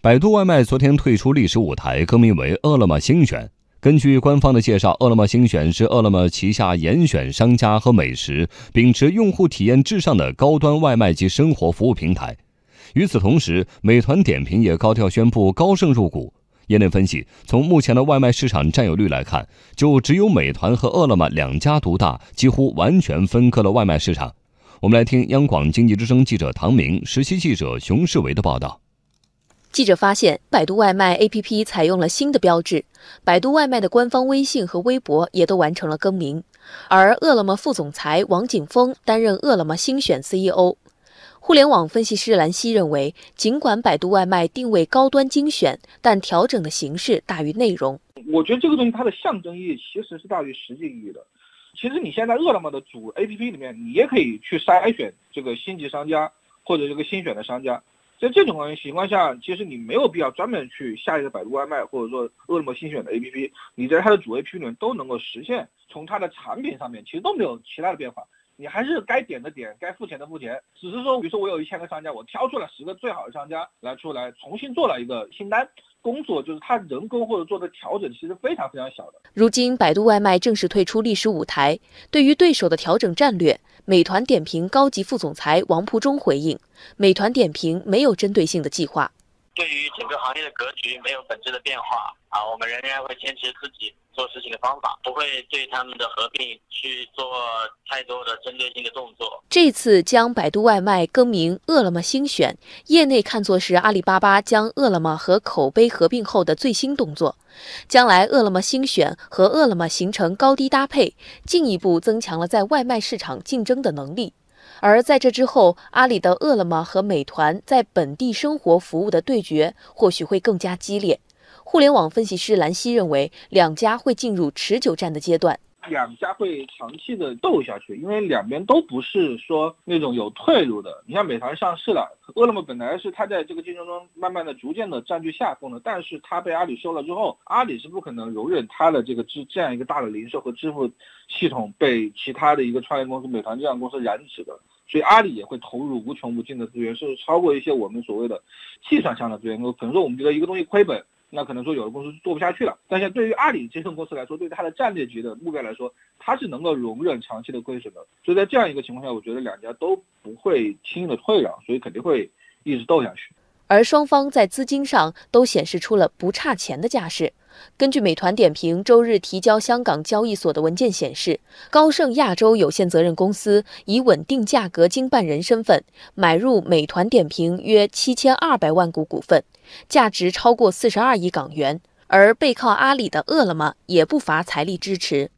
百度外卖昨天退出历史舞台，更名为饿了么星选。根据官方的介绍，饿了么星选是饿了么旗下严选商家和美食，秉持用户体验至上的高端外卖及生活服务平台。与此同时，美团点评也高调宣布高盛入股。业内分析，从目前的外卖市场占有率来看，就只有美团和饿了么两家独大，几乎完全分割了外卖市场。我们来听央广经济之声记者唐明、实习记者熊世维的报道。 记者发现，百度外卖 APP 采用了新的标志，百度外卖的官方微信和微博也都完成了更名，而饿了么副总裁王景峰担任饿了么星选 CEO。互联网分析师兰溪认为，尽管百度外卖定位高端精选，但调整的形式大于内容。 我觉得这个东西它的象征意义其实是大于实际意义的。其实你现在饿了么的主 APP 里面，你也可以去筛选这个星级商家或者这个星选的商家。在这种情况下，其实你没有必要专门去下一个百度外卖或者说饿了么星选的 APP， 你在它的主 APP 里面都能够实现，从它的产品上面其实都没有其他的变化，你还是该点的点，该付钱的付钱，只是说比如说我有1000个商家，我挑出了10个最好的商家来重新做了一个清单。工作就是它人工或者做的调整其实非常非常小的。 如今百度外卖正式退出历史舞台，对于对手的调整战略，美团点评高级副总裁王蒲忠回应，美团点评没有针对性的计划。 对于整个行业的格局没有本质的变化我们仍然会坚持自己做事情的方法，不会对他们的合并去做太多的针对性的动作。 这次将百度外卖更名饿了么星选，业内看作是阿里巴巴将饿了么和口碑合并后的最新动作。将来饿了么星选和饿了么形成高低搭配，进一步增强了在外卖市场竞争的能力。而在这之后，阿里的饿了么和美团在本地生活服务的对决或许会更加激烈。互联网分析师兰溪认为，两家会进入持久战的阶段。 两家会长期的斗下去，因为两边都不是说那种有退路的。你像美团上市了，饿了么本来是它在这个竞争中慢慢的逐渐的占据下风的，但是它被阿里收了之后，阿里是不可能容忍它的这样一个大的零售和支付系统被其他的一个创业公司美团这样公司染指的，所以阿里也会投入无穷无尽的资源，甚至超过一些我们所谓的计算上的资源。可能说我们觉得一个东西亏本，那可能说有的公司做不下去了，但是对于阿里这种公司来说，对它的战略级的目标来说，它是能够容忍长期的亏损的。所以在这样一个情况下，我觉得两家都不会轻易的退让，所以肯定会一直斗下去。 而双方在资金上都显示出了不差钱的架势。根据美团点评周日提交香港交易所的文件显示，高盛亚洲有限责任公司以稳定价格经办人身份买入美团点评约7200万股股份，价值超过42亿港元，而背靠阿里的饿了么也不乏财力支持。